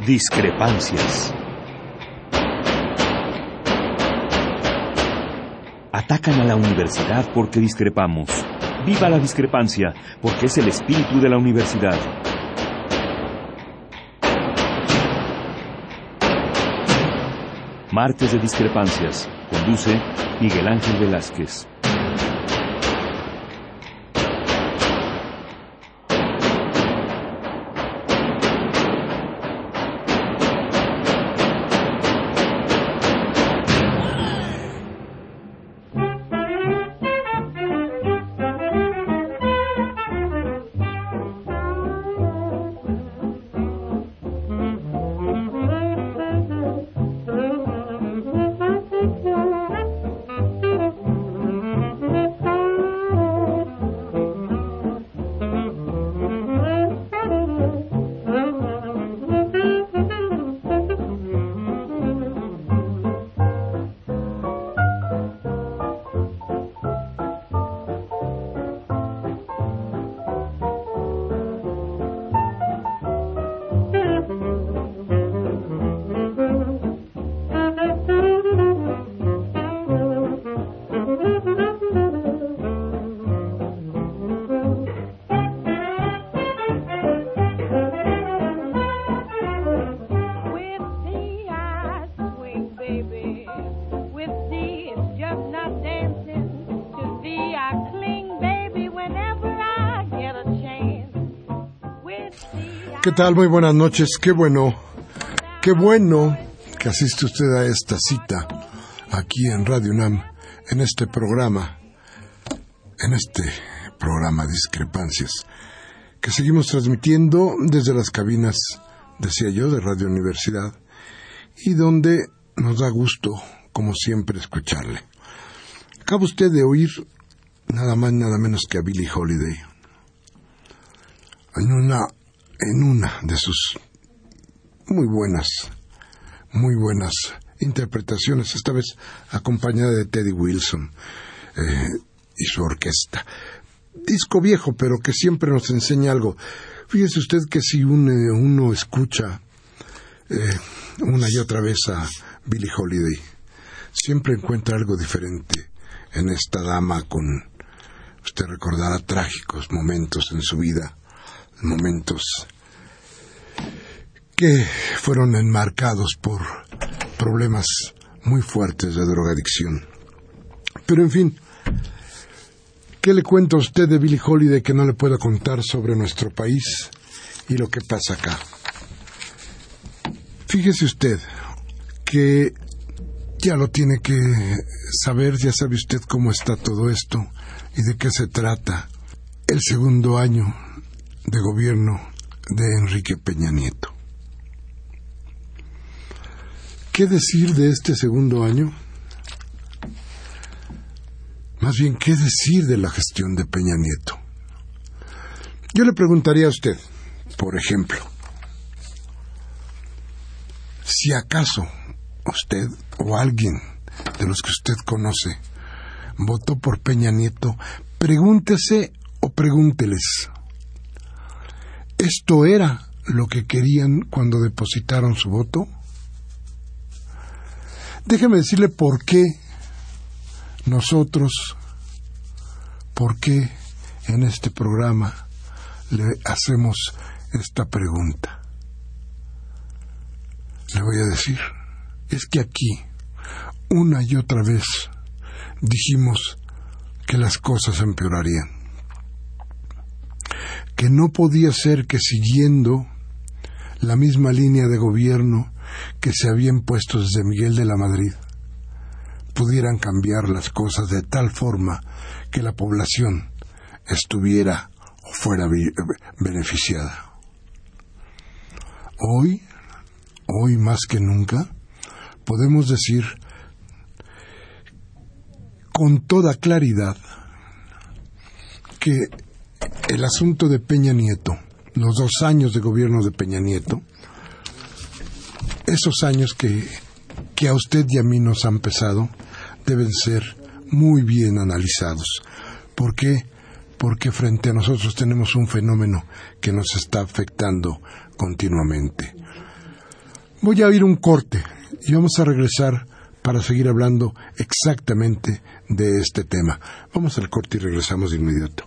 Discrepancias. Atacan a la universidad porque discrepamos. ¡Viva la discrepancia! Porque es el espíritu de la universidad. Martes de Discrepancias. Conduce Miguel Ángel Velázquez. ¿Qué tal? Muy buenas noches. Qué bueno que asiste usted a esta cita aquí en Radio UNAM, en este programa Discrepancias, que seguimos transmitiendo desde las cabinas, decía yo, de Radio Universidad, y donde nos da gusto, como siempre, escucharle. Acaba usted de oír nada más, nada menos que a Billie Holiday, en una de sus muy buenas interpretaciones, esta vez acompañada de Teddy Wilson y su orquesta. Disco viejo, pero que siempre nos enseña algo. Fíjese usted que si uno escucha una y otra vez a Billie Holiday, siempre encuentra algo diferente en esta dama, con, usted recordará, trágicos momentos en su vida, momentos que fueron enmarcados por problemas muy fuertes de drogadicción. Pero en fin, ¿qué le cuento a usted de Billie Holiday que no le pueda contar sobre nuestro país y lo que pasa acá? Fíjese usted que ya lo tiene que saber, ya sabe usted cómo está todo esto y de qué se trata el segundo año de gobierno de Enrique Peña Nieto. ¿Qué decir de este segundo año? Más bien, ¿qué decir de la gestión de Peña Nieto? Yo le preguntaría a usted, por ejemplo, si acaso usted o alguien de los que usted conoce votó por Peña Nieto, pregúntese o pregúnteles, ¿esto era lo que querían cuando depositaron su voto? Déjeme decirle por qué en este programa le hacemos esta pregunta. Le voy a decir, es que aquí, una y otra vez, dijimos que las cosas empeorarían, que no podía ser que siguiendo la misma línea de gobierno que se habían puesto desde Miguel de la Madrid, pudieran cambiar las cosas de tal forma que la población estuviera o fuera beneficiada. Hoy más que nunca, podemos decir con toda claridad que el asunto de Peña Nieto, los 2 años de gobierno de Peña Nieto, esos años que a usted y a mí nos han pesado, deben ser muy bien analizados. ¿Por qué? Porque frente a nosotros tenemos un fenómeno que nos está afectando continuamente. Voy a ir un corte y vamos a regresar para seguir hablando exactamente de este tema. Vamos al corte y regresamos de inmediato.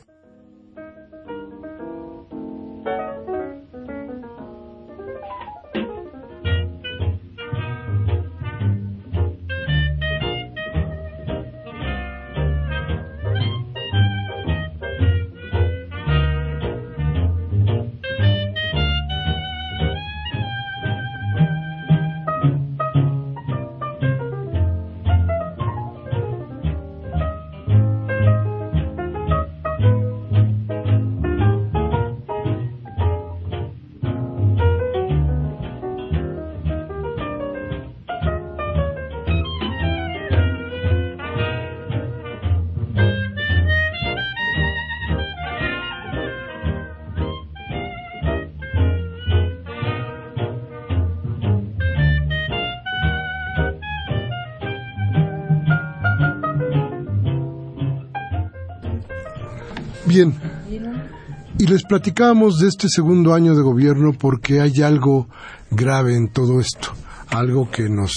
Bien, y les platicábamos de este segundo año de gobierno porque hay algo grave en todo esto, algo que nos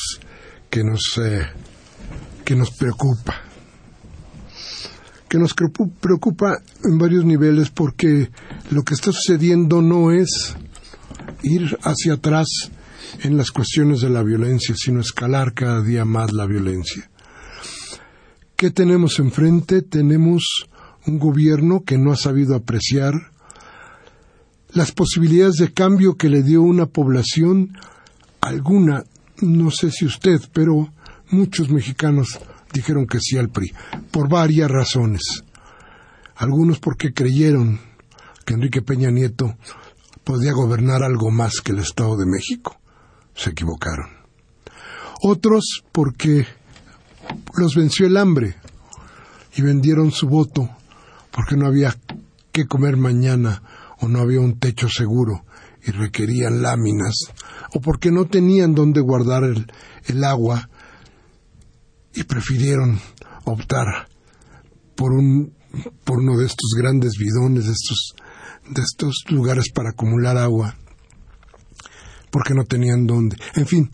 preocupa. Que nos preocupa en varios niveles porque lo que está sucediendo no es ir hacia atrás en las cuestiones de la violencia, sino escalar cada día más la violencia. ¿Qué tenemos enfrente? Tenemos un gobierno que no ha sabido apreciar las posibilidades de cambio que le dio una población, alguna, no sé si usted, pero muchos mexicanos dijeron que sí al PRI, por varias razones. Algunos porque creyeron que Enrique Peña Nieto podía gobernar algo más que el Estado de México. Se equivocaron. Otros porque los venció el hambre y vendieron su voto porque no había qué comer mañana o no había un techo seguro y requerían láminas, o porque no tenían dónde guardar el agua y prefirieron optar por uno de estos grandes bidones, de estos lugares para acumular agua, porque no tenían dónde. En fin,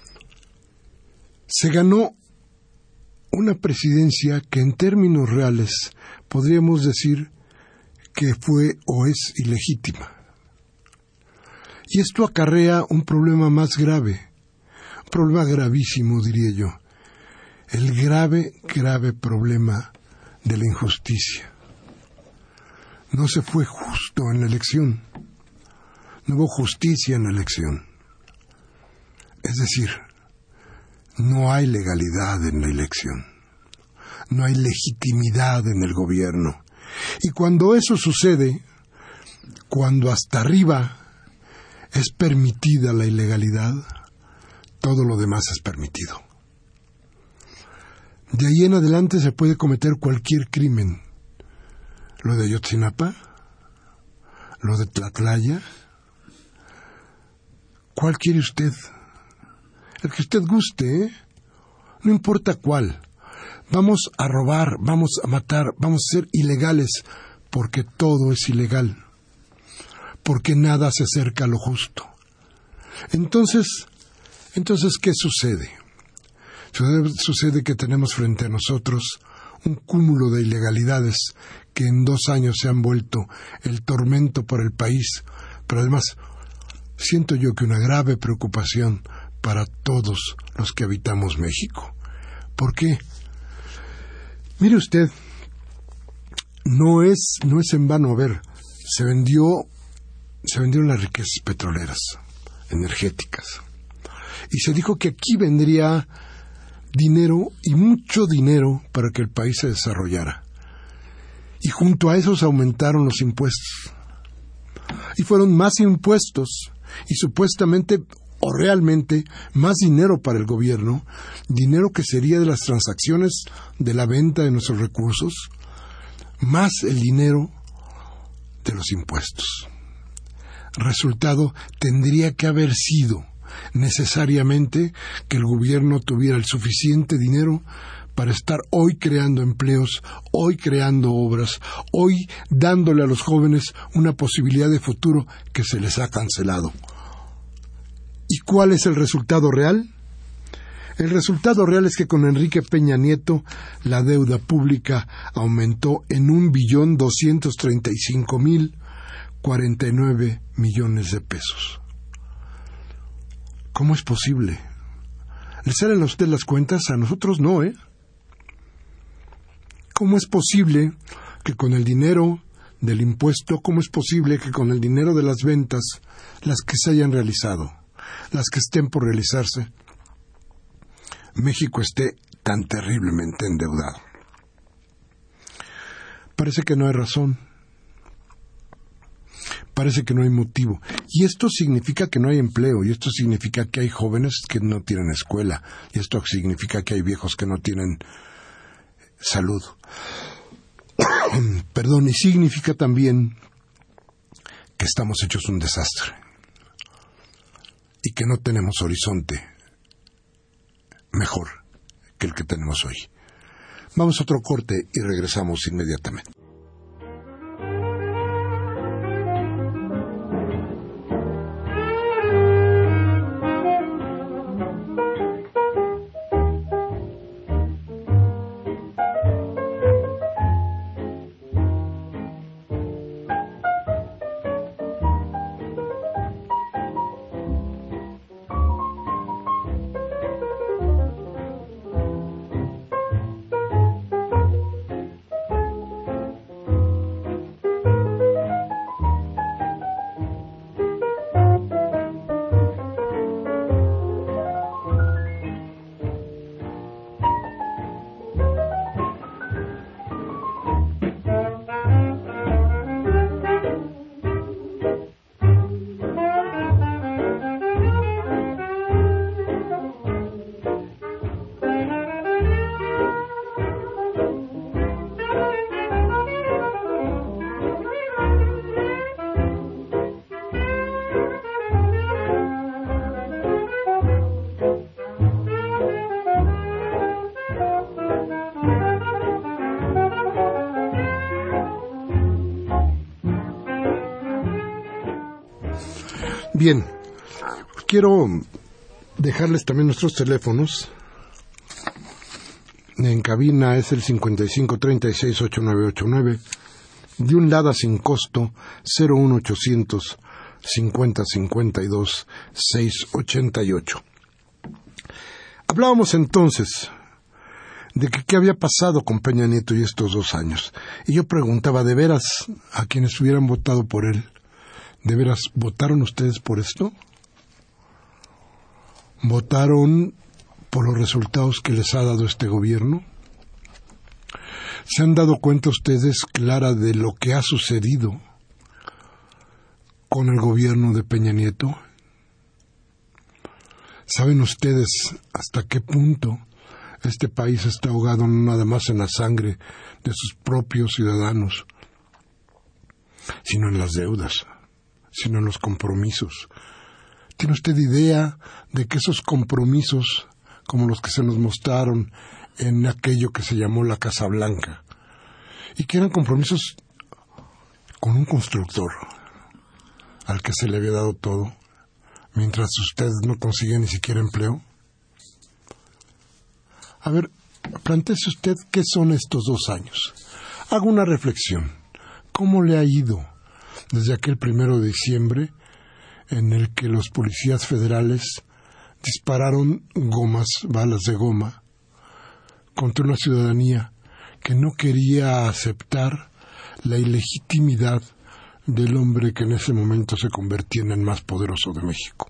se ganó una presidencia que en términos reales podríamos decir que fue o es ilegítima. Y esto acarrea un problema más grave, un problema gravísimo, diría yo, el grave problema de la injusticia. No se fue justo en la elección, no hubo justicia en la elección. Es decir, no hay legalidad en la elección, no hay legitimidad en el gobierno. Y cuando eso sucede, cuando hasta arriba es permitida la ilegalidad, todo lo demás es permitido. De ahí en adelante se puede cometer cualquier crimen. Lo de Ayotzinapa, lo de Tlatlaya. ¿Cuál quiere usted? El que usted guste, ¿eh? No importa cuál. Vamos a robar, vamos a matar, vamos a ser ilegales, porque todo es ilegal. Porque nada se acerca a lo justo. Entonces, ¿qué sucede? Sucede que tenemos frente a nosotros un cúmulo de ilegalidades que en 2 años se han vuelto el tormento para el país, pero además siento yo que una grave preocupación para todos los que habitamos México. ¿Por qué? Mire usted, no es en vano, a ver, se vendieron las riquezas petroleras, energéticas, y se dijo que aquí vendría dinero y mucho dinero para que el país se desarrollara. Y junto a eso se aumentaron los impuestos. Y fueron más impuestos y supuestamente o realmente más dinero para el gobierno, dinero que sería de las transacciones de la venta de nuestros recursos, más el dinero de los impuestos. Resultado, tendría que haber sido necesariamente que el gobierno tuviera el suficiente dinero para estar hoy creando empleos, hoy creando obras, hoy dándole a los jóvenes una posibilidad de futuro que se les ha cancelado. Y cuál es el resultado real? El resultado real es que con Enrique Peña Nieto la deuda pública aumentó en 1.235.049 millones de pesos. ¿Cómo es posible? ¿Le salen a usted las cuentas? A nosotros no, ¿eh? ¿Cómo es posible que con el dinero del impuesto, cómo es posible que con el dinero de las ventas, las que se hayan realizado, las que estén por realizarse, México esté tan terriblemente endeudado? Parece que no hay razón. Parece que no hay motivo. Y esto significa que no hay empleo, y esto significa que hay jóvenes que no tienen escuela, y esto significa que hay viejos que no tienen salud. Perdón, y significa también que estamos hechos un desastre y que no tenemos horizonte mejor que el que tenemos hoy. Vamos a otro corte y regresamos inmediatamente. Bien, quiero dejarles también nuestros teléfonos. En cabina es el 5536-8989, de un LADA sin costo 01800 5052 688. Hablábamos entonces de que qué había pasado con Peña Nieto y estos 2 años. Y yo preguntaba, ¿de veras a quienes hubieran votado por él, de veras votaron ustedes por esto? ¿Votaron por los resultados que les ha dado este gobierno? ¿Se han dado cuenta ustedes, Clara, de lo que ha sucedido con el gobierno de Peña Nieto? ¿Saben ustedes hasta qué punto este país está ahogado no nada más en la sangre de sus propios ciudadanos, sino en las deudas, sino en los compromisos? ¿Tiene usted idea de que esos compromisos, como los que se nos mostraron en aquello que se llamó la Casa Blanca, y que eran compromisos con un constructor al que se le había dado todo, mientras usted no consigue ni siquiera empleo? A ver, plantéese usted qué son estos 2 años. Haga una reflexión. ¿Cómo le ha ido desde aquel 1 de diciembre en el que los policías federales dispararon balas de goma, contra una ciudadanía que no quería aceptar la ilegitimidad del hombre que en ese momento se convertía en el más poderoso de México?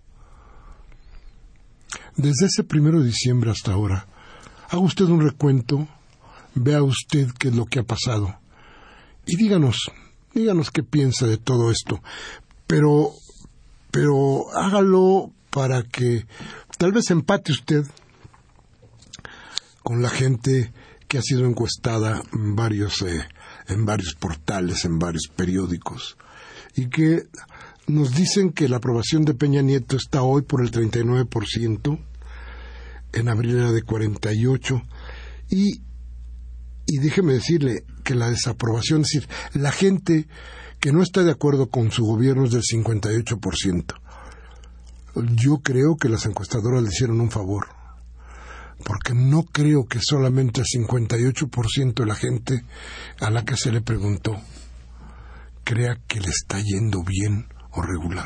Desde ese 1 de diciembre hasta ahora, haga usted un recuento, vea usted qué es lo que ha pasado y díganos qué piensa de todo esto, pero hágalo para que tal vez empate usted con la gente que ha sido encuestada en varios portales, en varios periódicos, y que nos dicen que la aprobación de Peña Nieto está hoy por el 39%, en abril era de 48%, y déjeme decirle que la desaprobación, es decir, la gente que no está de acuerdo con su gobierno, es del 58%. Yo creo que las encuestadoras le hicieron un favor, porque no creo que solamente el 58% de la gente a la que se le preguntó crea que le está yendo bien o regular.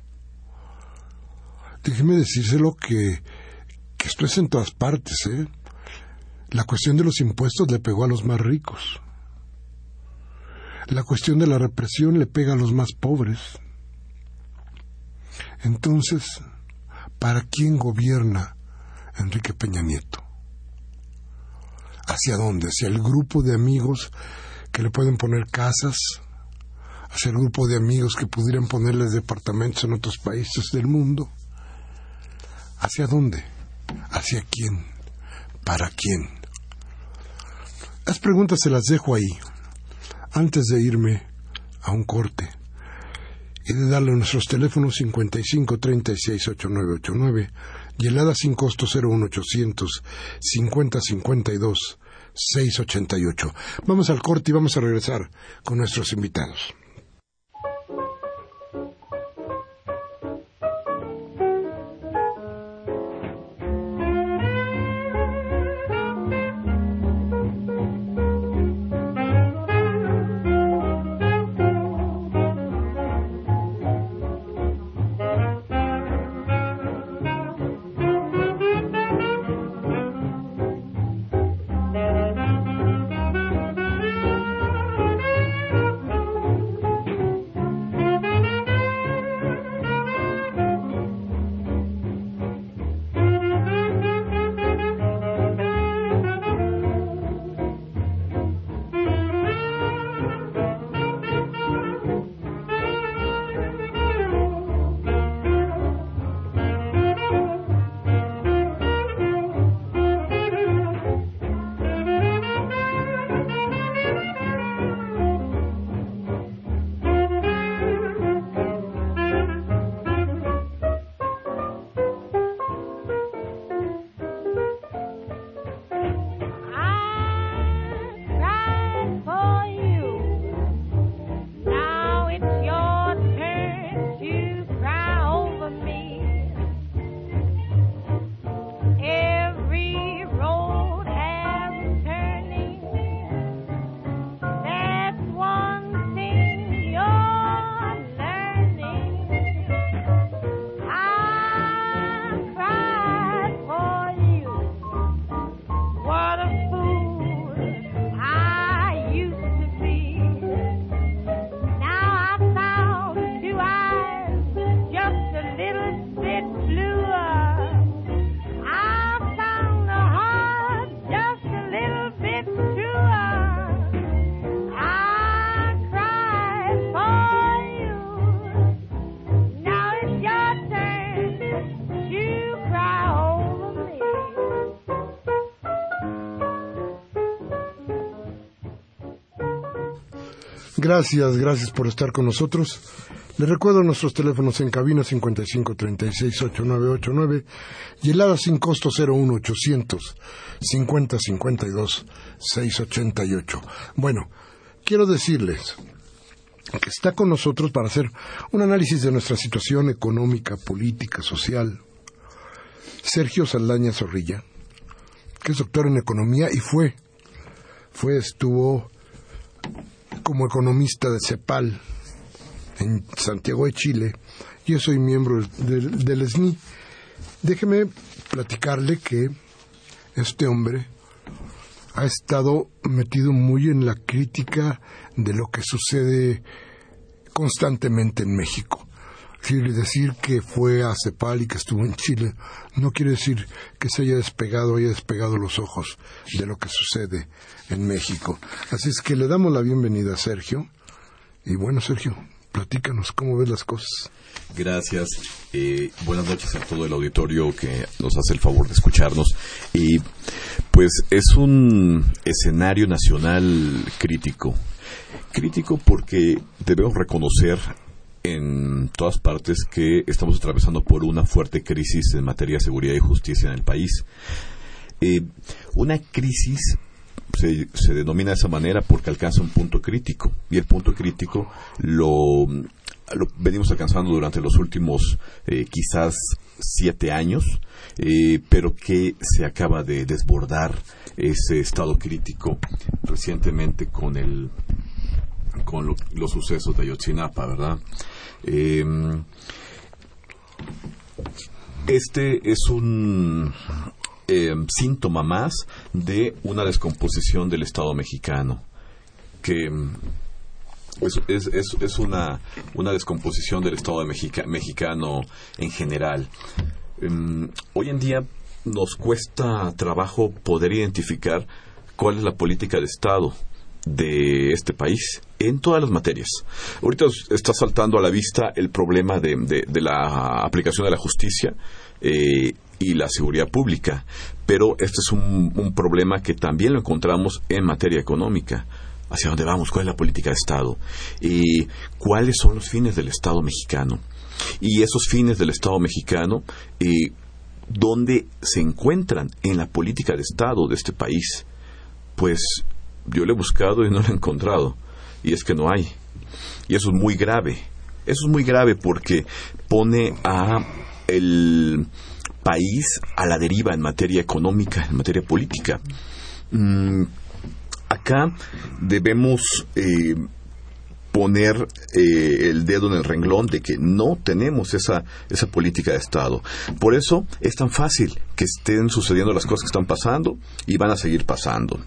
Déjeme decírselo que esto es en todas partes, ¿eh? La cuestión de los impuestos le pegó a los más ricos. La cuestión de la represión le pega a los más pobres. Entonces, ¿para quién gobierna Enrique Peña Nieto? ¿Hacia dónde? ¿Hacia el grupo de amigos que le pueden poner casas? ¿Hacia el grupo de amigos que pudieran ponerles departamentos en otros países del mundo? ¿Hacia dónde? ¿Hacia quién? ¿Para quién? Las preguntas se las dejo ahí, antes de irme a un corte y de darle nuestros teléfonos 55368989 y el ADA sin costo 01800 5052 688. Vamos al corte y vamos a regresar con nuestros invitados. Gracias por estar con nosotros. Les recuerdo nuestros teléfonos en cabina 55368989 y el ADA sin costo 01800 5052 688. Bueno, quiero decirles que está con nosotros para hacer un análisis de nuestra situación económica, política, social, Sergio Saldaña Zorrilla, que es doctor en economía y estuvo como economista de CEPAL en Santiago de Chile. Yo soy miembro del SNI. Déjeme platicarle que este hombre ha estado metido muy en la crítica de lo que sucede constantemente en México. Decir que fue a CEPAL y que estuvo en Chile no quiere decir que se haya despegado los ojos de lo que sucede en México. Así es que le damos la bienvenida a Sergio. Y bueno, Sergio, platícanos, ¿cómo ves las cosas? Gracias. Buenas noches a todo el auditorio que nos hace el favor de escucharnos. Y pues es un escenario nacional crítico. Crítico porque debemos reconocer en todas partes que estamos atravesando por una fuerte crisis en materia de seguridad y justicia en el país. Una crisis se denomina de esa manera porque alcanza un punto crítico, y el punto crítico lo lo venimos alcanzando durante los últimos quizás 7 años, pero que se acaba de desbordar ese estado crítico recientemente con los sucesos de Ayotzinapa, ¿verdad? Este es un síntoma más de una descomposición del Estado mexicano, que es una descomposición del Estado mexicano en general. Hoy en día nos cuesta trabajo poder identificar cuál es la política de Estado de este país en todas las materias. Ahorita está saltando a la vista el problema de la aplicación de la justicia y la seguridad pública, pero este es un problema que también lo encontramos en materia económica. ¿Hacia dónde vamos? ¿Cuál es la política de Estado? ¿Cuáles son los fines del Estado mexicano? Y esos fines del Estado mexicano, ¿dónde se encuentran en la política de Estado de este país? Pues yo lo he buscado y no lo he encontrado. Y es que no hay. Y eso es muy grave. Eso es muy grave porque pone a el país a la deriva en materia económica, en materia política. Acá debemos poner el dedo en el renglón de que no tenemos esa política de Estado. Por eso es tan fácil que estén sucediendo las cosas que están pasando y van a seguir pasando.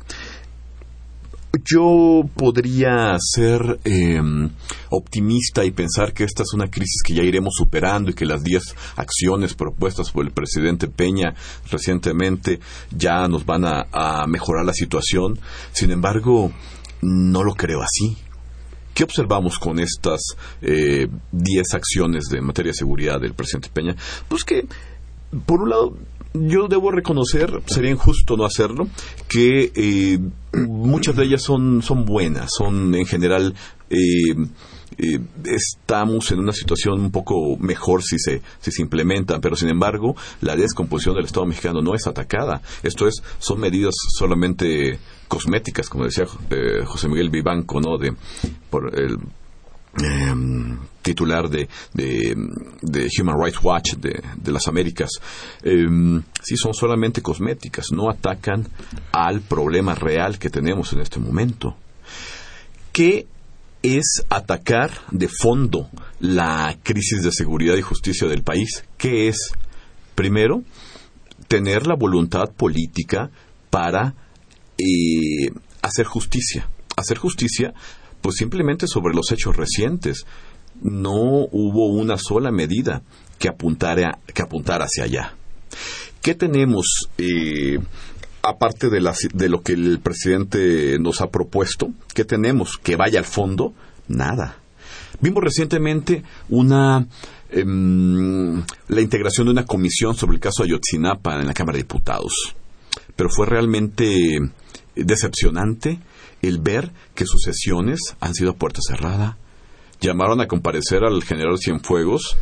Yo podría ser optimista y pensar que esta es una crisis que ya iremos superando y que las 10 acciones propuestas por el presidente Peña recientemente ya nos van a mejorar la situación. Sin embargo, no lo creo así. ¿Qué observamos con estas 10 acciones de materia de seguridad del presidente Peña? Pues que, por un lado, yo debo reconocer, sería injusto no hacerlo, que muchas de ellas son buenas, son en general, estamos en una situación un poco mejor si se implementan, pero sin embargo la descomposición del Estado mexicano no es atacada. Son medidas solamente cosméticas, como decía José Miguel Vivanco, ¿no? Por el titular de Human Rights Watch de las Américas. Sí, son solamente cosméticas, no atacan al problema real que tenemos en este momento. ¿Qué es atacar de fondo la crisis de seguridad y justicia del país? ¿Qué es? Primero, tener la voluntad política para hacer justicia. Hacer justicia, pues simplemente sobre los hechos recientes. No hubo una sola medida que apuntara hacia allá. ¿Qué tenemos aparte de lo que el presidente nos ha propuesto? ¿Qué tenemos que vaya al fondo? Nada. Vimos recientemente la integración de una comisión sobre el caso Ayotzinapa en la Cámara de Diputados. Pero fue realmente decepcionante el ver que sus sesiones han sido a puerta cerrada. Llamaron a comparecer al general Cienfuegos,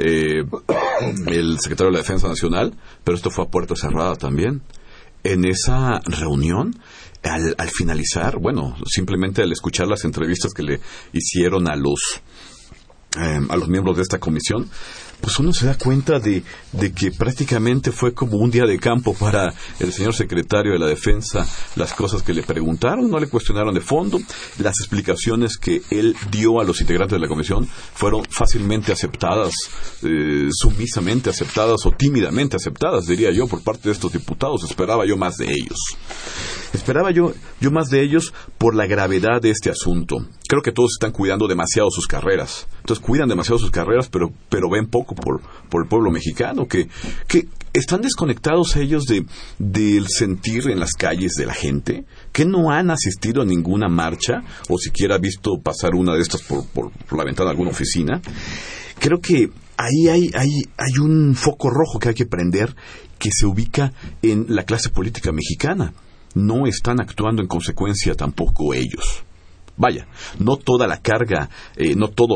el secretario de la Defensa Nacional, pero esto fue a puerta cerrada también. En esa reunión, al finalizar, simplemente al escuchar las entrevistas que le hicieron a los miembros de esta comisión, pues uno se da cuenta de que prácticamente fue como un día de campo para el señor secretario de la Defensa. Las cosas que le preguntaron no le cuestionaron de fondo. Las explicaciones que él dio a los integrantes de la comisión fueron fácilmente aceptadas, sumisamente aceptadas o tímidamente aceptadas, diría yo, por parte de estos diputados. Esperaba yo más de ellos. Esperaba yo más de ellos por la gravedad de este asunto. Creo que todos están cuidando demasiado sus carreras. Entonces cuidan demasiado sus carreras, pero ven poco por el pueblo mexicano, que están desconectados ellos del sentir en las calles de la gente, que no han asistido a ninguna marcha o siquiera visto pasar una de estas por la ventana de alguna oficina. Creo que ahí hay un foco rojo que hay que prender, que se ubica en la clase política mexicana. No están actuando en consecuencia tampoco ellos. Vaya, no toda la carga, no todo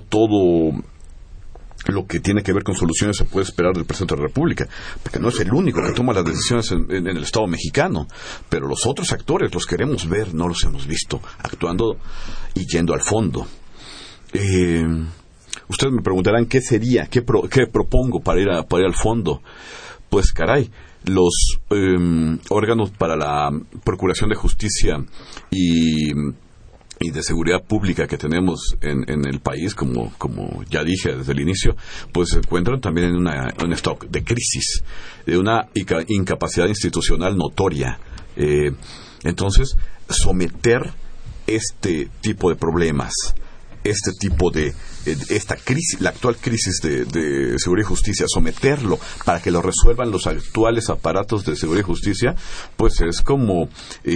lo que tiene que ver con soluciones se puede esperar del presidente de la República, porque no es el único que toma las decisiones en el Estado mexicano, pero los otros actores los queremos ver, no los hemos visto actuando y yendo al fondo. ustedes me preguntarán qué sería, qué propongo para ir al fondo. Pues caray, los órganos para la Procuración de Justicia y de seguridad pública que tenemos en el país, como ya dije desde el inicio, pues se encuentran también en un estado de crisis, de una incapacidad institucional notoria. Entonces, someter este tipo de problemas, este tipo de esta crisis, la actual crisis de seguridad y justicia, someterlo para que lo resuelvan los actuales aparatos de seguridad y justicia, pues es como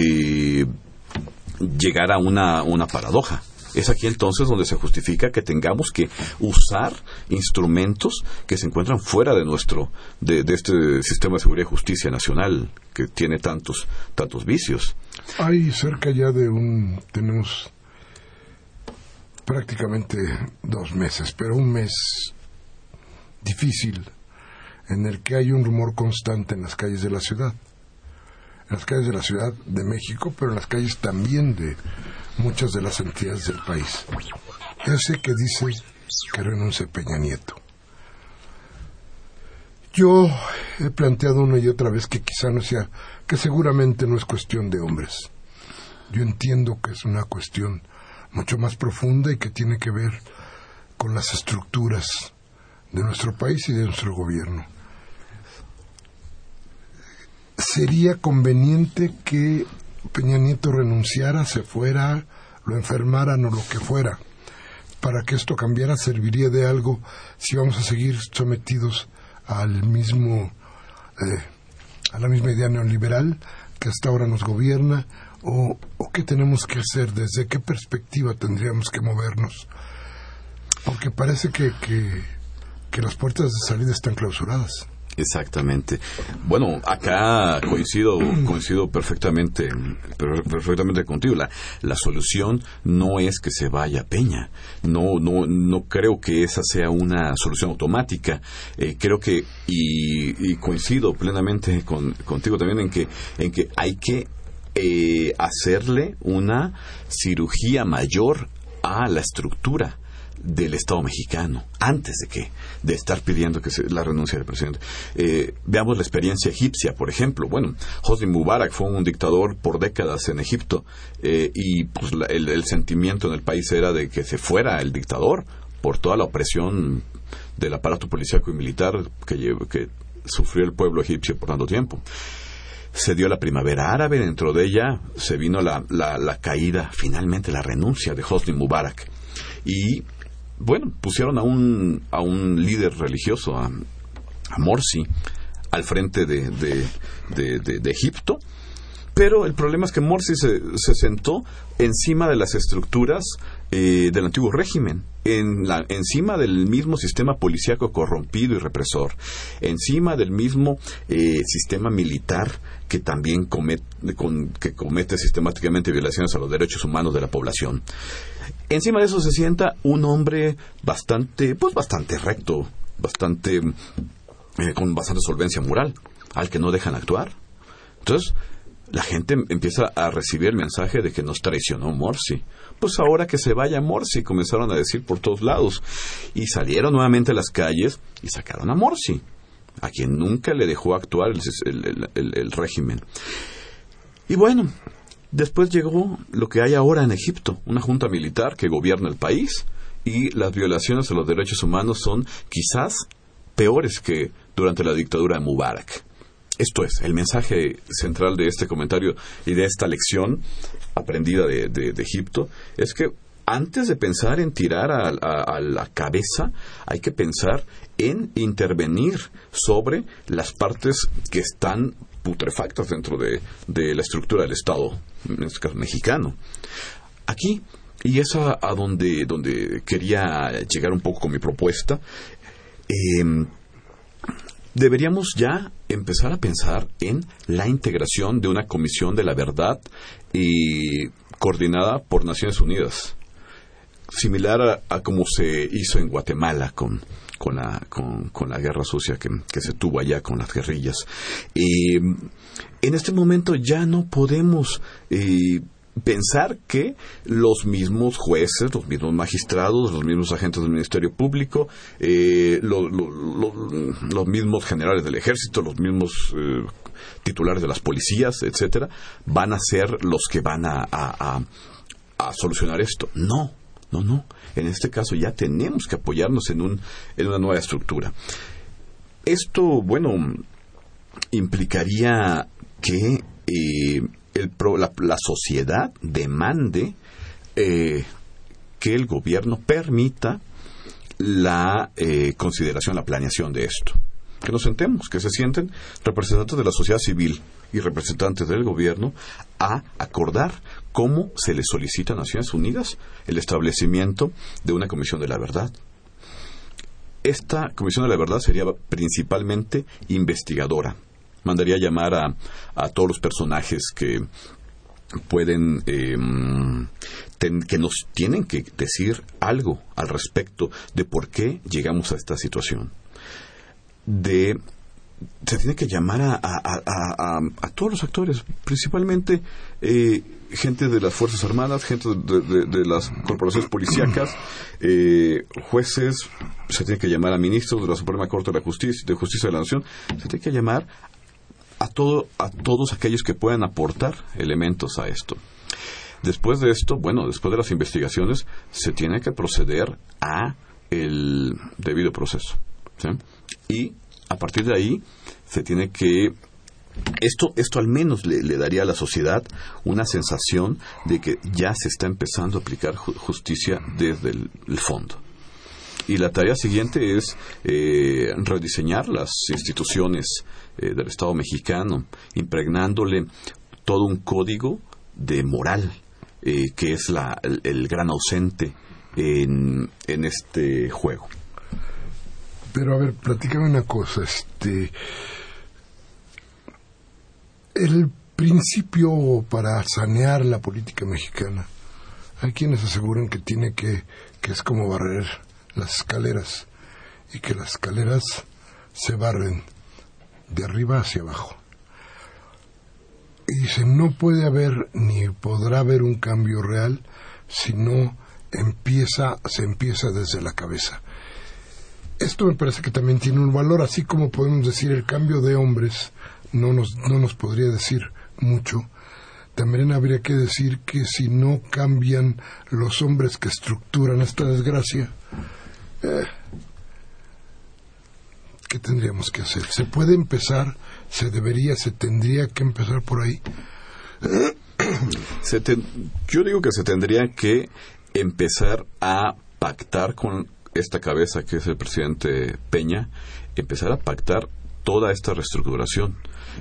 llegar a una paradoja. Es aquí entonces donde se justifica que tengamos que usar instrumentos que se encuentran fuera de este sistema de seguridad y justicia nacional que tiene tantos vicios. Hay cerca ya tenemos prácticamente 2 meses, pero un mes difícil en el que hay un rumor constante en las calles de la ciudad. En las calles de la Ciudad de México, pero en las calles también de muchas de las entidades del país. Ese que dice que renuncie Peña Nieto. Yo he planteado una y otra vez que quizá no sea, que seguramente no es cuestión de hombres. Yo entiendo que es una cuestión mucho más profunda y que tiene que ver con las estructuras de nuestro país y de nuestro gobierno. ¿Sería conveniente que Peña Nieto renunciara, se fuera, lo enfermaran o lo que fuera? Para que esto cambiara, ¿serviría de algo si vamos a seguir sometidos a la misma idea neoliberal que hasta ahora nos gobierna? ¿O qué tenemos que hacer? ¿Desde qué perspectiva tendríamos que movernos? Porque parece que las puertas de salida están clausuradas. Exactamente. Bueno, acá coincido perfectamente contigo. La solución no es que se vaya Peña. No creo que esa sea una solución automática. Creo que y coincido plenamente contigo también en que hay que hacerle una cirugía mayor a la estructura del Estado mexicano antes de estar pidiendo la renuncia del presidente. Veamos la experiencia egipcia, por ejemplo. Bueno, Hosni Mubarak fue un dictador por décadas en Egipto y pues el sentimiento en el país era de que se fuera el dictador por toda la opresión del aparato policíaco y militar que sufrió el pueblo egipcio por tanto tiempo. Se dio la primavera árabe, dentro de ella se vino la caída, finalmente la renuncia de Hosni Mubarak. Y bueno, pusieron a un líder religioso, a Morsi, al frente de Egipto, pero el problema es que Morsi se sentó encima de las estructuras del antiguo régimen, encima del mismo sistema policíaco corrompido y represor, encima del mismo sistema militar que también comete sistemáticamente violaciones a los derechos humanos de la población. Encima de eso se sienta un hombre bastante recto, con bastante solvencia moral, al que no dejan actuar. Entonces, la gente empieza a recibir el mensaje de que nos traicionó Morsi. Pues ahora que se vaya Morsi, comenzaron a decir por todos lados. Y salieron nuevamente a las calles y sacaron a Morsi, a quien nunca le dejó actuar el régimen. Y bueno, después llegó lo que hay ahora en Egipto, una junta militar que gobierna el país, y las violaciones a los derechos humanos son quizás peores que durante la dictadura de Mubarak. Esto es, el mensaje central de este comentario y de esta lección aprendida de Egipto, es que antes de pensar en tirar a la cabeza, hay que pensar en intervenir sobre las partes que están putrefactas dentro de la estructura del Estado, en este caso mexicano. Aquí, y es a donde quería llegar un poco con mi propuesta, deberíamos ya empezar a pensar en la integración de una comisión de la verdad coordinada por Naciones Unidas, similar a como se hizo en Guatemala con la guerra sucia que se tuvo allá con las guerrillas. En este momento ya no podemos pensar que los mismos jueces, los mismos magistrados, los mismos agentes del Ministerio Público, los mismos generales del Ejército, los mismos titulares de las policías, etcétera, van a ser los que van a solucionar esto. No. En este caso ya tenemos que apoyarnos en una nueva estructura. Esto, implicaría que la sociedad demande que el gobierno permita la consideración, la planeación de esto. Que nos sentemos, que se sienten representantes de la sociedad civil y representantes del gobierno a acordar cómo se le solicita a Naciones Unidas el establecimiento de una Comisión de la Verdad. Esta Comisión de la Verdad sería principalmente investigadora. Mandaría llamar a todos los personajes que pueden, que nos tienen que decir algo al respecto de por qué llegamos a esta situación. Se tiene que llamar a todos los actores, principalmente gente de las Fuerzas Armadas, gente de las corporaciones policíacas, jueces. Se tiene que llamar a ministros de la Suprema Corte de Justicia de la Nación. Se tiene que llamar a todos aquellos que puedan aportar elementos a esto. Después de esto, después de las investigaciones, se tiene que proceder a el debido proceso, ¿sí? Y a partir de ahí se tiene que esto al menos le daría a la sociedad una sensación de que ya se está empezando a aplicar justicia desde el fondo. Y la tarea siguiente es rediseñar las instituciones del Estado mexicano, impregnándole todo un código de moral, que es el gran ausente en este juego. Pero a ver, platícame una cosa, el principio para sanear la política mexicana, hay quienes aseguran que que es como barrer las escaleras, y que las escaleras se barren de arriba hacia abajo. Y dicen, no puede haber ni podrá haber un cambio real si no se empieza desde la cabeza. Esto me parece que también tiene un valor, así como podemos decir el cambio de hombres no nos podría decir mucho. También habría que decir que si no cambian los hombres que estructuran esta desgracia, ¿qué tendríamos que hacer? ¿Se puede empezar? ¿Se tendría que empezar por ahí? Yo digo que se tendría que empezar a pactar con esta cabeza que es el presidente Peña, empezar a pactar toda esta reestructuración.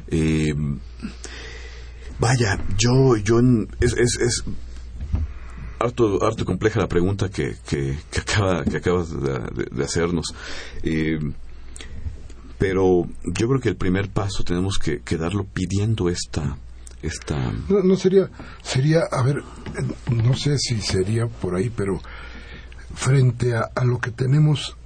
Es harto compleja la pregunta que acabas de hacernos. Pero yo creo que el primer paso tenemos que darlo pidiendo esta... No sería, a ver, no sé si sería por ahí, pero frente a lo que tenemos,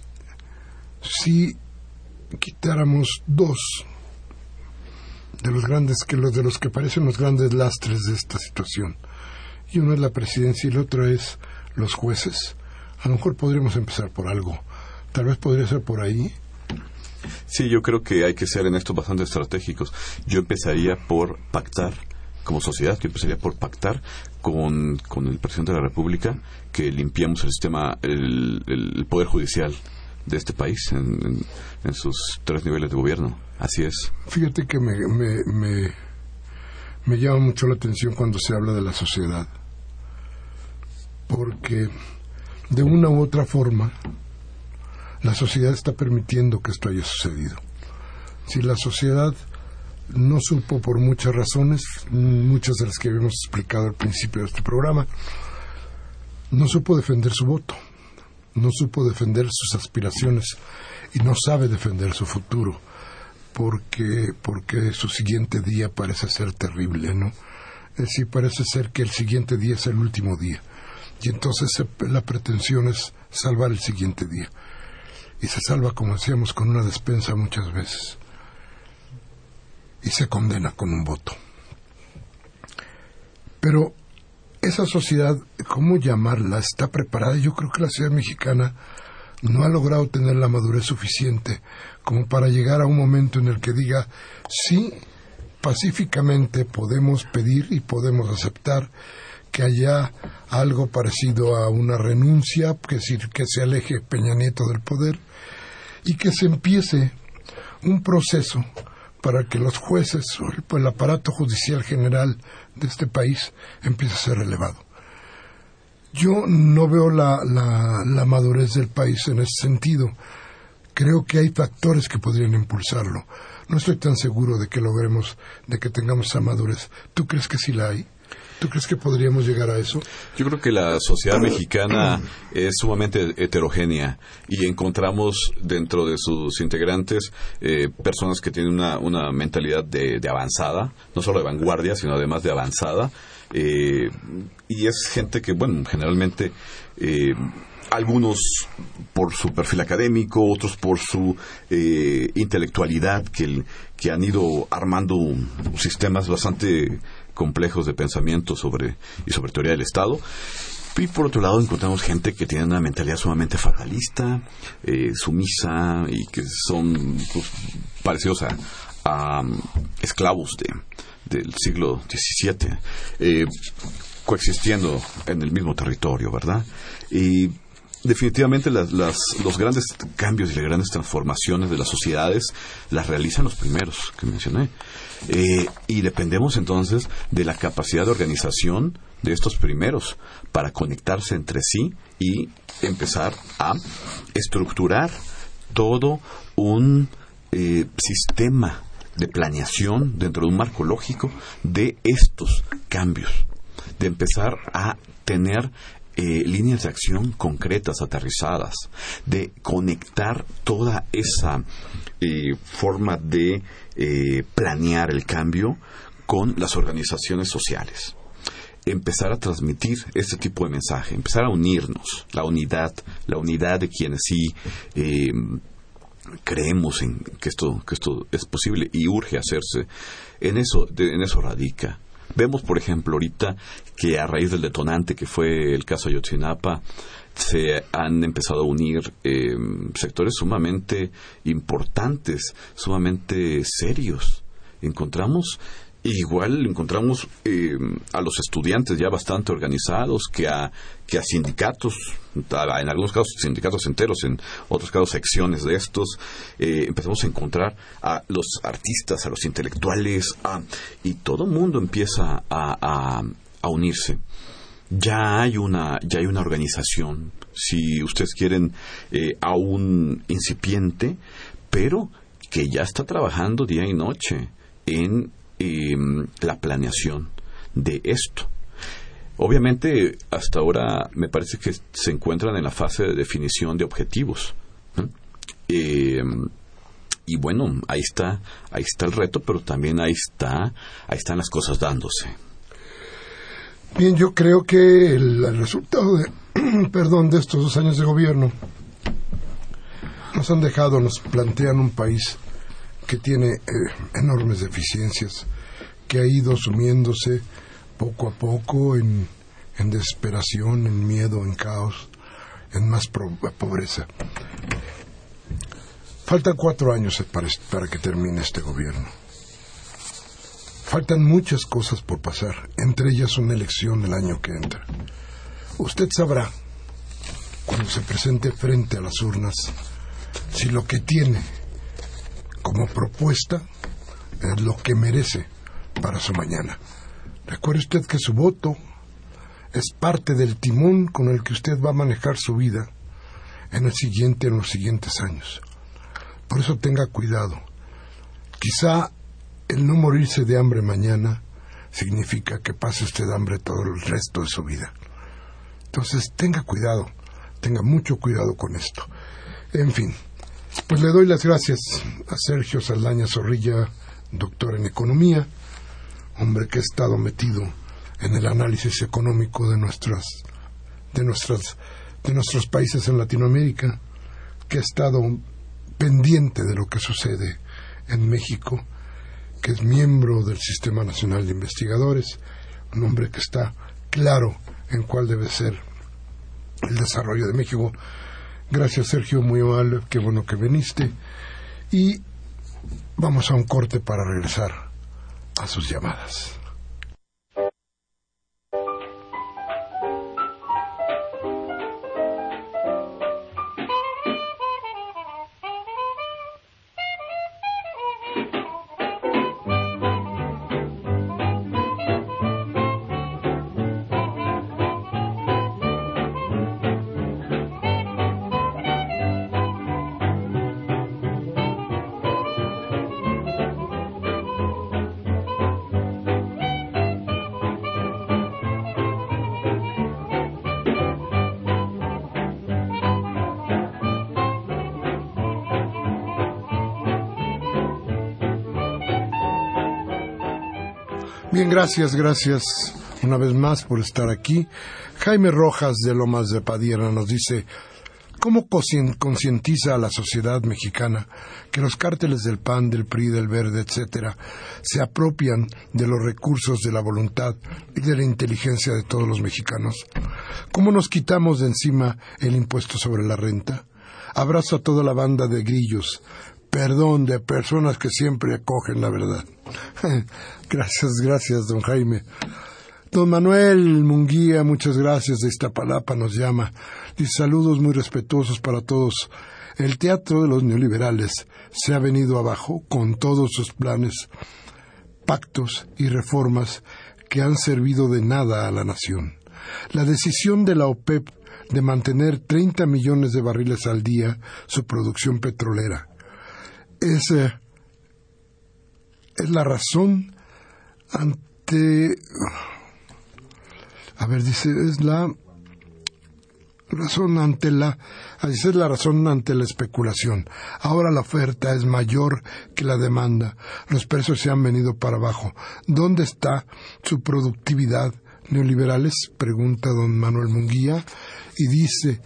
si quitáramos dos de los que parecen los grandes lastres de esta situación, y uno es la presidencia y el otro es los jueces, a lo mejor podríamos empezar por algo. Tal vez podría ser por ahí. Sí, yo creo que hay que ser en esto bastante estratégicos. Yo empezaría por pactar como sociedad, que empezaría por pactar con el presidente de la República que limpiemos el sistema, el poder judicial de este país en sus 3 niveles de gobierno. Así es. Fíjate que me llama mucho la atención cuando se habla de la sociedad, porque de una u otra forma la sociedad está permitiendo que esto haya sucedido. Si la sociedad no supo, por muchas razones, muchas de las que habíamos explicado al principio de este programa, no supo defender su voto, no supo defender sus aspiraciones y no sabe defender su futuro, porque su siguiente día parece ser terrible, ¿no? Es decir, parece ser que el siguiente día es el último día, y entonces la pretensión es salvar el siguiente día. Y se salva, como decíamos, con una despensa muchas veces. Y se condena con un voto. Pero esa sociedad, ¿cómo llamarla? Está preparada. Yo creo que la sociedad mexicana no ha logrado tener la madurez suficiente como para llegar a un momento en el que diga, sí, pacíficamente podemos pedir y podemos aceptar que haya algo parecido a una renuncia, que es decir, que se aleje Peña Nieto del poder y que se empiece un proceso para que los jueces o el aparato judicial general de este país empiece a ser relevado. Yo no veo la madurez del país en ese sentido. Creo que hay factores que podrían impulsarlo. No estoy tan seguro de que logremos, de que tengamos esa madurez. ¿Tú crees que sí la hay? ¿Tú crees que podríamos llegar a eso? Yo creo que la sociedad mexicana es sumamente heterogénea y encontramos dentro de sus integrantes personas que tienen una mentalidad de avanzada, no solo de vanguardia, sino además de avanzada. Y es gente que, bueno, generalmente algunos por su perfil académico, otros por su intelectualidad, que han ido armando sistemas bastante complejos de pensamiento sobre teoría del Estado. Y por otro lado encontramos gente que tiene una mentalidad sumamente fatalista, sumisa, y que son pues, parecidos a esclavos del siglo XVII, coexistiendo en el mismo territorio, ¿verdad? Y definitivamente los grandes cambios y las grandes transformaciones de las sociedades las realizan los primeros que mencioné. Y dependemos entonces de la capacidad de organización de estos primeros para conectarse entre sí y empezar a estructurar todo un sistema de planeación dentro de un marco lógico de estos cambios, de empezar a tener líneas de acción concretas, aterrizadas, de conectar toda esa forma de planear el cambio con las organizaciones sociales. Empezar a transmitir este tipo de mensaje, empezar a unirnos, la unidad de quienes sí creemos en que esto es posible y urge hacerse. En eso radica. Vemos, por ejemplo, ahorita que a raíz del detonante que fue el caso Ayotzinapa, se han empezado a unir sectores sumamente importantes, sumamente serios. Encontramos a los estudiantes ya bastante organizados que a sindicatos, en algunos casos sindicatos enteros, en otros casos secciones de estos. Empezamos a encontrar a los artistas, a los intelectuales, y todo el mundo empieza a unirse. Ya hay una organización, si ustedes quieren, aún incipiente, pero que ya está trabajando día y noche en la planeación de esto. Obviamente, hasta ahora me parece que se encuentran en la fase de definición de objetivos, ¿no? Y bueno, ahí está el reto, pero también ahí están las cosas dándose. Bien, yo creo que el resultado de estos 2 años de gobierno nos plantean un país que tiene enormes deficiencias, que ha ido sumiéndose poco a poco en desesperación, en miedo, en caos, en más pobreza. Faltan 4 años para que termine este gobierno. Faltan muchas cosas por pasar, entre ellas una elección el año que entra. Usted sabrá, cuando se presente frente a las urnas, si lo que tiene como propuesta es lo que merece para su mañana. Recuerde usted que su voto es parte del timón con el que usted va a manejar su vida en los siguientes años. Por eso tenga cuidado. Quizá el no morirse de hambre mañana significa que pase usted hambre todo el resto de su vida. Entonces tenga cuidado, tenga mucho cuidado con esto. En fin, pues le doy las gracias a Sergio Saldaña Zorrilla, doctor en economía, hombre que ha estado metido en el análisis económico de nuestros países en Latinoamérica, que ha estado pendiente de lo que sucede en México, que es miembro del Sistema Nacional de Investigadores, un hombre que está claro en cuál debe ser el desarrollo de México. Gracias, Sergio, muy amable, qué bueno que viniste. Y vamos a un corte para regresar a sus llamadas. Bien, gracias una vez más por estar aquí. Jaime Rojas de Lomas de Padierna nos dice: ¿cómo concientiza a la sociedad mexicana que los cárteles del PAN, del PRI, del Verde, etcétera, se apropian de los recursos de la voluntad y de la inteligencia de todos los mexicanos? ¿Cómo nos quitamos de encima el impuesto sobre la renta? Abrazo a toda la banda de grillos, perdón, de personas que siempre acogen la verdad. Gracias, don Jaime. Don Manuel Munguía, muchas gracias, de Iztapalapa nos llama. Dice: saludos muy respetuosos para todos. El teatro de los neoliberales se ha venido abajo con todos sus planes, pactos y reformas que han servido de nada a la nación. La decisión de la OPEP de mantener 30 millones de barriles al día su producción petrolera es la razón ante... es la razón ante la especulación. Ahora la oferta es mayor que la demanda. Los precios se han venido para abajo. ¿Dónde está su productividad, neoliberales? Pregunta don Manuel Munguía. Y dice: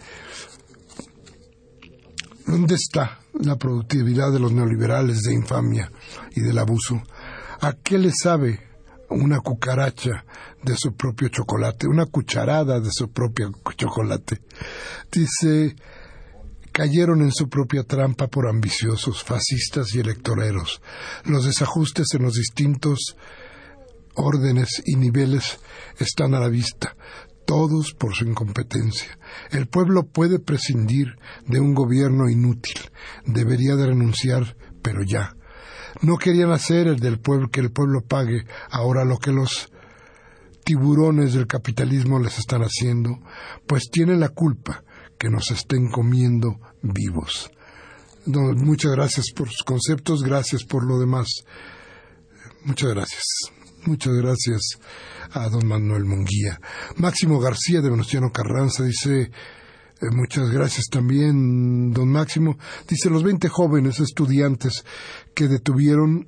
¿dónde está la productividad de los neoliberales de infamia y del abuso? ¿A qué le sabe una cucaracha de su propio chocolate, una cucharada de su propio chocolate? Dice: cayeron en su propia trampa por ambiciosos, fascistas y electoreros. Los desajustes en los distintos órdenes y niveles están a la vista, todos por su incompetencia. El pueblo puede prescindir de un gobierno inútil, debería de renunciar, pero ya. No querían hacer que el pueblo pague ahora lo que los tiburones del capitalismo les están haciendo, pues tienen la culpa que nos estén comiendo vivos. No, muchas gracias por sus conceptos, gracias por lo demás. Muchas gracias a don Manuel Munguía. Máximo García de Venustiano Carranza dice: muchas gracias también, don Máximo. Dice: los 20 jóvenes estudiantes que detuvieron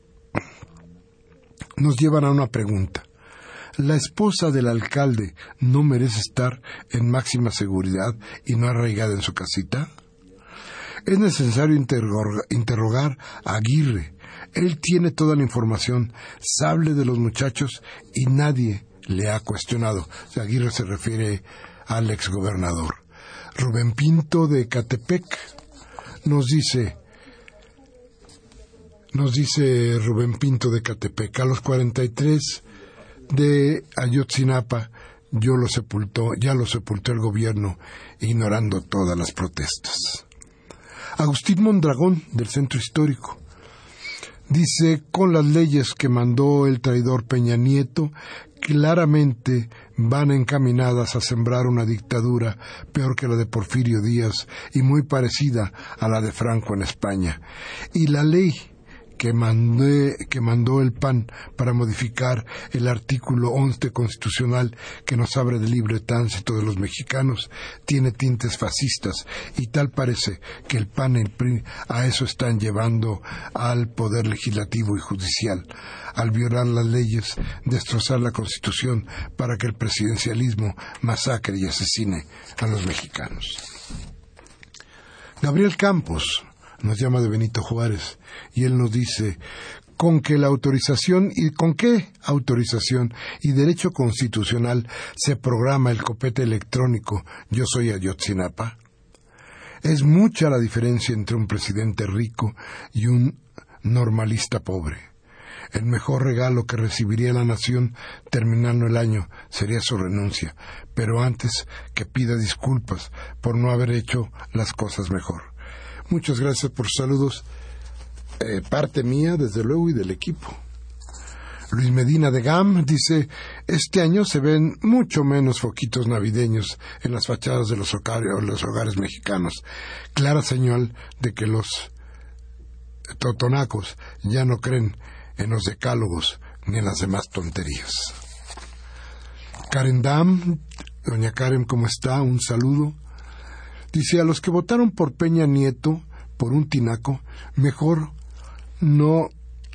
nos llevan a una pregunta. ¿La esposa del alcalde no merece estar en máxima seguridad y no arraigada en su casita? Es necesario interrogar a Aguirre. Él tiene toda la información, sabe de los muchachos y nadie le ha cuestionado. Aguirre se refiere al exgobernador. Rubén Pinto de Ecatepec nos dice Rubén Pinto de Ecatepec: a los 43 de Ayotzinapa ya lo sepultó el gobierno, ignorando todas las protestas. Agustín Mondragón del Centro Histórico dice: con las leyes que mandó el traidor Peña Nieto, claramente van encaminadas a sembrar una dictadura peor que la de Porfirio Díaz y muy parecida a la de Franco en España. Y la ley que mandó el PAN para modificar el artículo 11 constitucional que nos abre de libre tránsito de los mexicanos tiene tintes fascistas, y tal parece que el PAN y el PRI a eso están llevando al poder legislativo y judicial, al violar las leyes, destrozar la Constitución para que el presidencialismo masacre y asesine a los mexicanos. Gabriel Campos nos llama de Benito Juárez y él nos dice: con qué autorización y derecho constitucional se programa el copete electrónico Yo Soy Ayotzinapa? Es mucha la diferencia entre un presidente rico y un normalista pobre. El mejor regalo que recibiría la nación terminando el año sería su renuncia, pero antes que pida disculpas por no haber hecho las cosas mejor. Muchas gracias por sus saludos, parte mía desde luego y del equipo. Luis Medina de GAM dice: este año se ven mucho menos foquitos navideños en las fachadas de los hogares mexicanos. Clara señal de que los totonacos ya no creen en los decálogos ni en las demás tonterías. Karen Dam, doña Karen, ¿cómo está? Un saludo. Dice: a los que votaron por Peña Nieto, por un tinaco, mejor no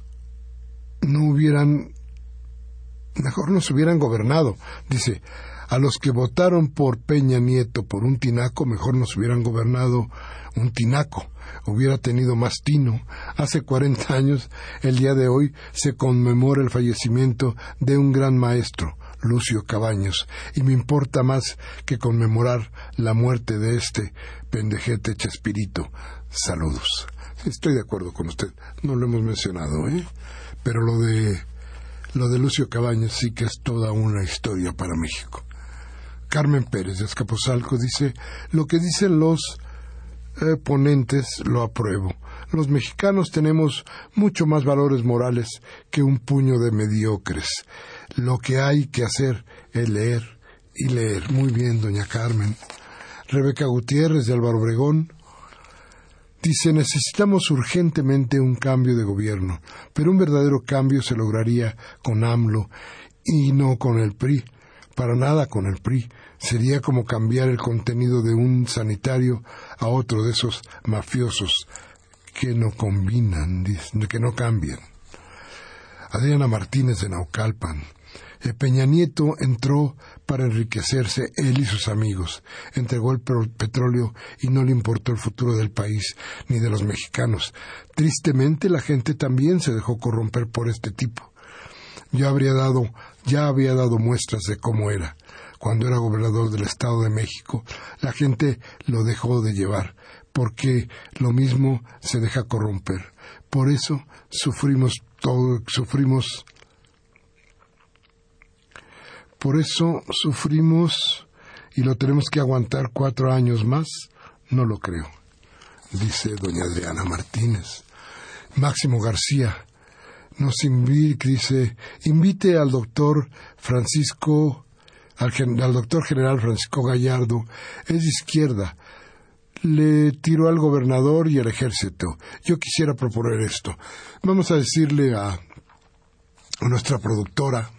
se hubieran gobernado. Dice: a los que votaron por Peña Nieto por un tinaco, mejor nos hubieran gobernado un tinaco. Hubiera tenido más tino. Hace 40 años, el día de hoy, se conmemora el fallecimiento de un gran maestro, Lucio Cabaños, y me importa más que conmemorar la muerte de este pendejete Chespirito. Saludos. Estoy de acuerdo con usted, no lo hemos mencionado, pero lo de Lucio Cabaños sí que es toda una historia para México. Carmen Pérez de Azcapotzalco dice: lo que dicen los ponentes lo apruebo. Los mexicanos tenemos mucho más valores morales que un puño de mediocres. Lo que hay que hacer es leer y leer. Muy bien, doña Carmen. Rebeca Gutiérrez de Álvaro Obregón dice: necesitamos urgentemente un cambio de gobierno, pero un verdadero cambio se lograría con AMLO y no con el PRI. Para nada con el PRI. Sería como cambiar el contenido de un sanitario a otro de esos mafiosos que no combinan, que no cambian. Adriana Martínez de Naucalpan: Peña Nieto entró para enriquecerse él y sus amigos, entregó el petróleo y no le importó el futuro del país ni de los mexicanos. Tristemente la gente también se dejó corromper por este tipo. Ya había dado muestras de cómo era. Cuando era gobernador del Estado de México, la gente lo dejó de llevar, porque lo mismo se deja corromper. Por eso sufrimos, y lo tenemos que aguantar 4 años más. No lo creo, dice doña Adriana Martínez. Máximo García dice: invite al doctor general Francisco Gallardo, es de izquierda, le tiró al gobernador y al ejército. Yo quisiera proponer esto. Vamos a decirle a nuestra productora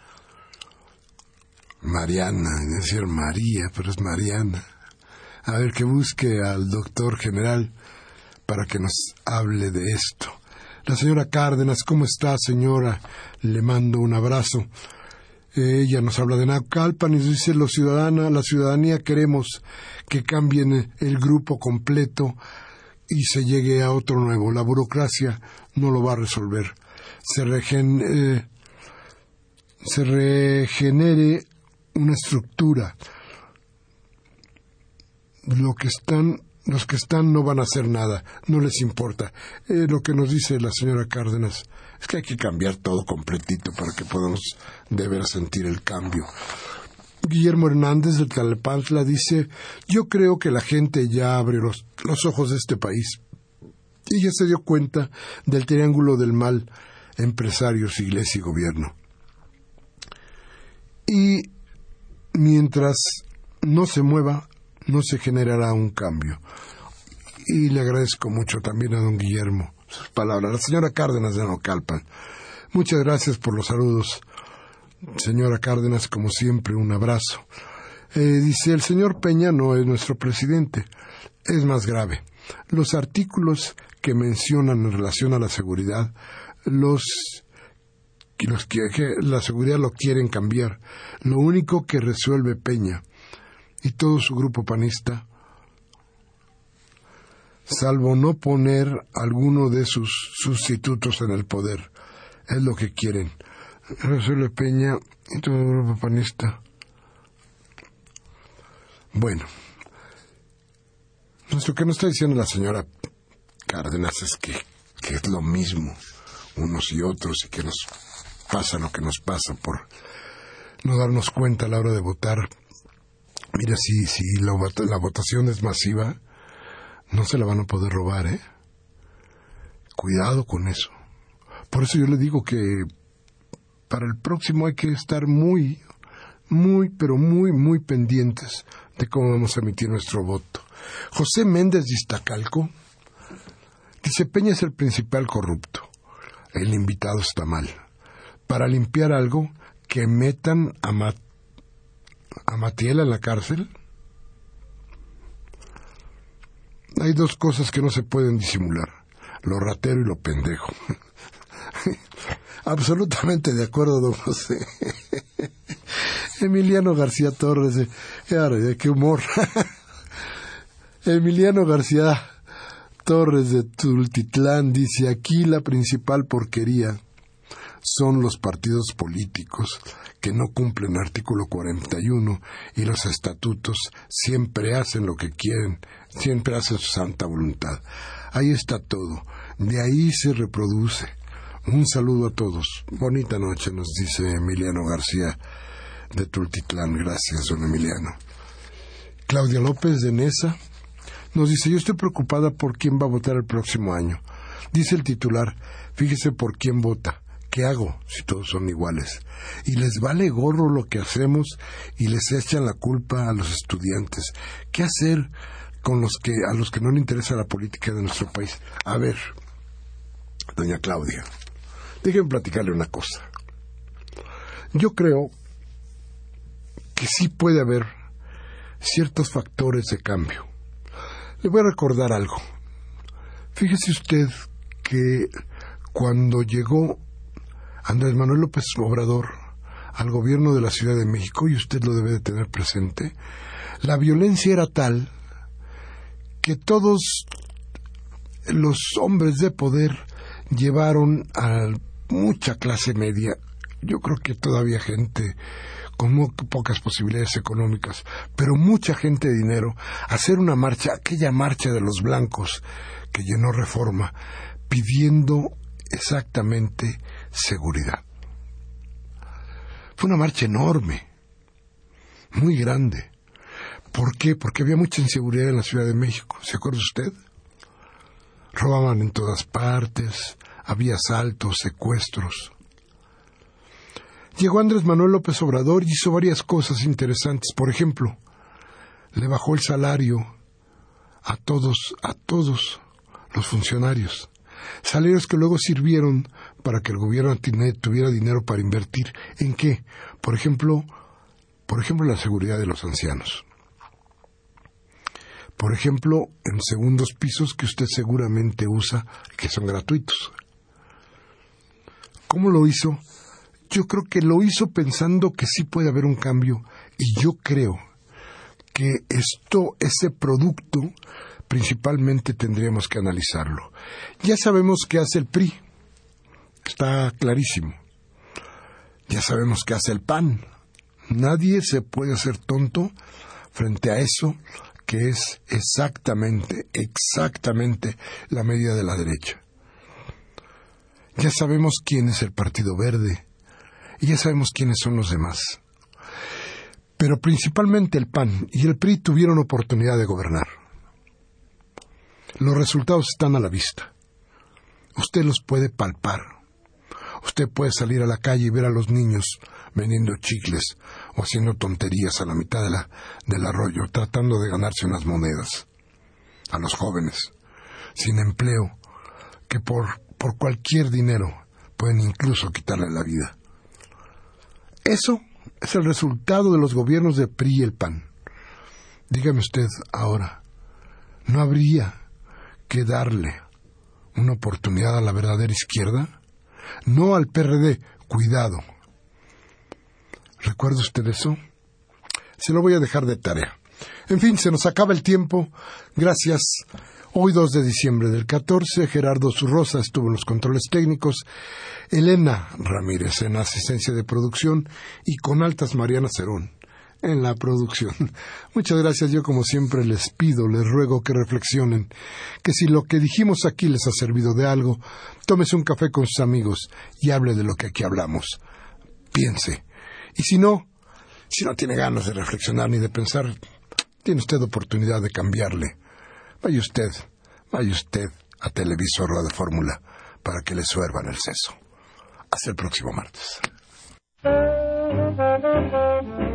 Mariana, es decir María, pero es Mariana, a ver que busque al doctor general para que nos hable de esto. La señora Cárdenas: ¿cómo está, señora? Le mando un abrazo. Ella nos habla de Naucalpan y dice: la ciudadanía queremos que cambien el grupo completo y se llegue a otro nuevo. La burocracia no lo va a resolver. Se regenere una estructura. Los que están no van a hacer nada, no les importa. Lo que nos dice la señora Cárdenas es que hay que cambiar todo completito para que podamos de veras sentir el cambio. Guillermo Hernández de Tlalnepantla dice: yo creo que la gente ya abre los ojos de este país y ya se dio cuenta del triángulo del mal: empresarios, iglesia y gobierno. Y mientras no se mueva, no se generará un cambio. Y le agradezco mucho también a don Guillermo sus palabras. La señora Cárdenas de Naucalpan: muchas gracias por los saludos, señora Cárdenas, como siempre, un abrazo. Dice: el señor Peña no es nuestro presidente. Es más grave. Los artículos que mencionan en relación a la seguridad, la seguridad lo quieren cambiar. Lo único que resuelve Peña y todo su grupo panista, salvo no poner alguno de sus sustitutos en el poder, es lo que quieren. Rosario Peña y todo el grupo panista. Bueno, lo que nos está diciendo la señora Cárdenas es que es lo mismo unos y otros, y que nos pasa lo que nos pasa por no darnos cuenta a la hora de votar. Mira, si la votación es masiva, no se la van a poder robar, ¿eh? Cuidado con eso. Por eso yo le digo que para el próximo hay que estar muy, pero muy pendientes de cómo vamos a emitir nuestro voto. José Méndez de Iztacalco dice: Peña es el principal corrupto. El invitado está mal. Para limpiar algo, que metan a Matiel en la cárcel. Hay dos cosas que no se pueden disimular: lo ratero y lo pendejo. Absolutamente de acuerdo, don José. Emiliano García Torres, qué humor. Emiliano García Torres de Tultitlán dice: aquí la principal porquería son los partidos políticos que no cumplen artículo 41 y los estatutos, siempre hacen lo que quieren, siempre hacen su santa voluntad. Ahí está todo, de ahí se reproduce. Un saludo a todos. Bonita noche, nos dice Emiliano García de Tultitlán. Gracias, don Emiliano. Claudia López de Nesa nos dice: yo estoy preocupada por quién va a votar el próximo año. Dice el titular: fíjese por quién vota. ¿Qué hago si todos son iguales? Y les vale gorro lo que hacemos y les echan la culpa a los estudiantes. ¿Qué hacer con a los que no les interesa la política de nuestro país? A ver, doña Claudia, déjenme platicarle una cosa. Yo creo que sí puede haber ciertos factores de cambio. Le voy a recordar algo. Fíjese usted que cuando llegó Andrés Manuel López Obrador al gobierno de la Ciudad de México, y usted lo debe de tener presente, la violencia era tal que todos los hombres de poder llevaron a mucha clase media, yo creo que todavía gente con muy pocas posibilidades económicas, pero mucha gente de dinero, a hacer una marcha, aquella marcha de los blancos que llenó Reforma, pidiendo exactamente seguridad. Fue una marcha enorme, muy grande. ¿Por qué? Porque había mucha inseguridad en la Ciudad de México. ¿Se acuerda usted? Robaban en todas partes, había asaltos, secuestros. Llegó Andrés Manuel López Obrador y hizo varias cosas interesantes. Por ejemplo, le bajó el salario a todos los funcionarios. Salarios que luego sirvieron para que el gobierno tuviera dinero para invertir. ¿En qué? Por ejemplo, la seguridad de los ancianos. Por ejemplo, en segundos pisos que usted seguramente usa, que son gratuitos. ¿Cómo lo hizo? Yo creo que lo hizo pensando que sí puede haber un cambio, y yo creo que ese producto, principalmente tendríamos que analizarlo. Ya sabemos qué hace el PRI, está clarísimo. Ya sabemos qué hace el PAN. Nadie se puede hacer tonto frente a eso que es exactamente la medida de la derecha. Ya sabemos quién es el Partido Verde y ya sabemos quiénes son los demás. Pero principalmente el PAN y el PRI tuvieron oportunidad de gobernar. Los resultados están a la vista. Usted los puede palpar. Usted puede salir a la calle y ver a los niños vendiendo chicles o haciendo tonterías a la mitad del arroyo, tratando de ganarse unas monedas. A los jóvenes, sin empleo, que por cualquier dinero pueden incluso quitarle la vida. Eso es el resultado de los gobiernos de PRI y el PAN. Dígame usted ahora, ¿no habría que darle una oportunidad a la verdadera izquierda? No al PRD, cuidado. ¿Recuerda usted eso? Se lo voy a dejar de tarea. En fin, se nos acaba el tiempo. Gracias. Hoy 2 de diciembre del 14, Gerardo Zurrosa estuvo en los controles técnicos, Elena Ramírez en asistencia de producción y con altas Mariana Cerón en la producción. Muchas gracias. Yo, como siempre, les pido, les ruego que reflexionen, que si lo que dijimos aquí les ha servido de algo, tómese un café con sus amigos y hable de lo que aquí hablamos. Piense. Y si no tiene ganas de reflexionar ni de pensar, tiene usted oportunidad de cambiarle. Vaya usted a Televisor o a de Fórmula para que le suervan el seso. Hasta el próximo martes.